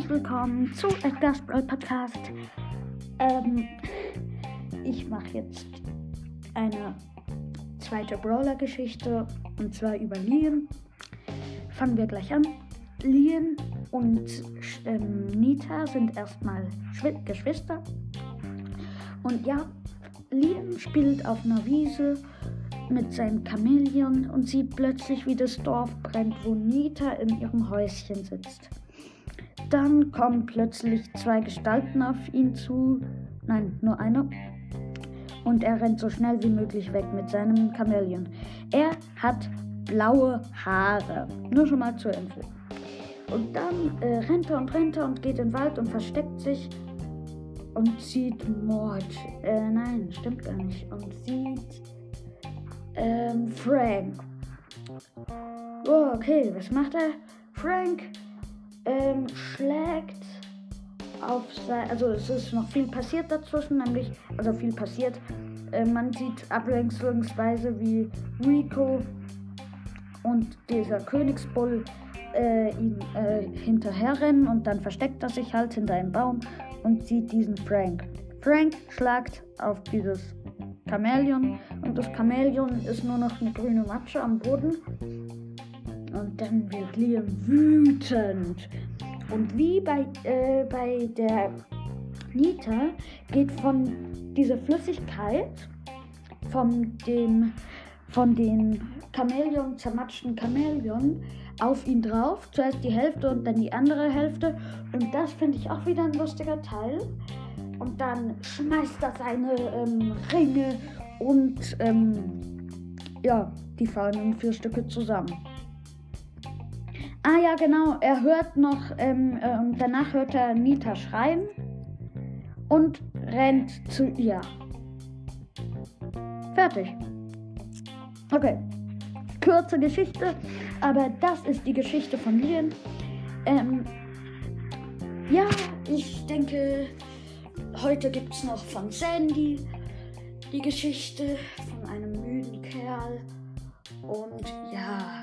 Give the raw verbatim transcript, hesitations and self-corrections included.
herzlich willkommen zu Edgar's Brawl Podcast. Ähm, ich mache jetzt eine zweite Brawler-Geschichte und zwar über Leon. Fangen wir gleich an. Leon und ähm, Nita sind erstmal Schw- Geschwister. Und ja, Leon spielt auf einer Wiese mit seinem Chamäleon und sieht plötzlich, wie das Dorf brennt, wo Nita in ihrem Häuschen sitzt. Dann kommen plötzlich zwei Gestalten auf ihn zu. Nein, nur eine. Und er rennt so schnell wie möglich weg mit seinem Chamäleon. Er hat blaue Haare. Nur schon mal zur Info. Und dann äh, rennt er und rennt er und geht in den Wald und versteckt sich und sieht Mord. Äh, nein, stimmt gar nicht. Und sieht ähm, Frank. Oh, okay, was macht er? Frank ähm, schlägt auf sein, also es ist noch viel passiert dazwischen, nämlich, also viel passiert. Äh, man sieht abwechslungsweise, wie Rico und dieser Königsbull äh, ihm äh, hinterherrennen und dann versteckt er sich halt hinter einem Baum und sieht diesen Frank. Frank schlägt auf dieses Chamäleon und das Chamäleon ist nur noch eine grüne Matsche am Boden. Und dann wird Leon wütend. Und wie bei, äh, bei der Nita geht von dieser Flüssigkeit von dem von den Chamäleon, zermatschten Chamäleon auf ihn drauf. Zuerst die Hälfte und dann die andere Hälfte. Und das finde ich auch wieder ein lustiger Teil. Und dann schmeißt er seine ähm, Ringe und ähm, ja, die fallen in vier Stücke zusammen. Ah ja, genau, er hört noch, ähm, äh, danach hört er Nita schreien und rennt zu ihr. Fertig. Okay, kurze Geschichte, aber das ist die Geschichte von Leon. Ähm, ja, ich denke, heute gibt es noch von Sandy die Geschichte von einem müden Kerl und ja,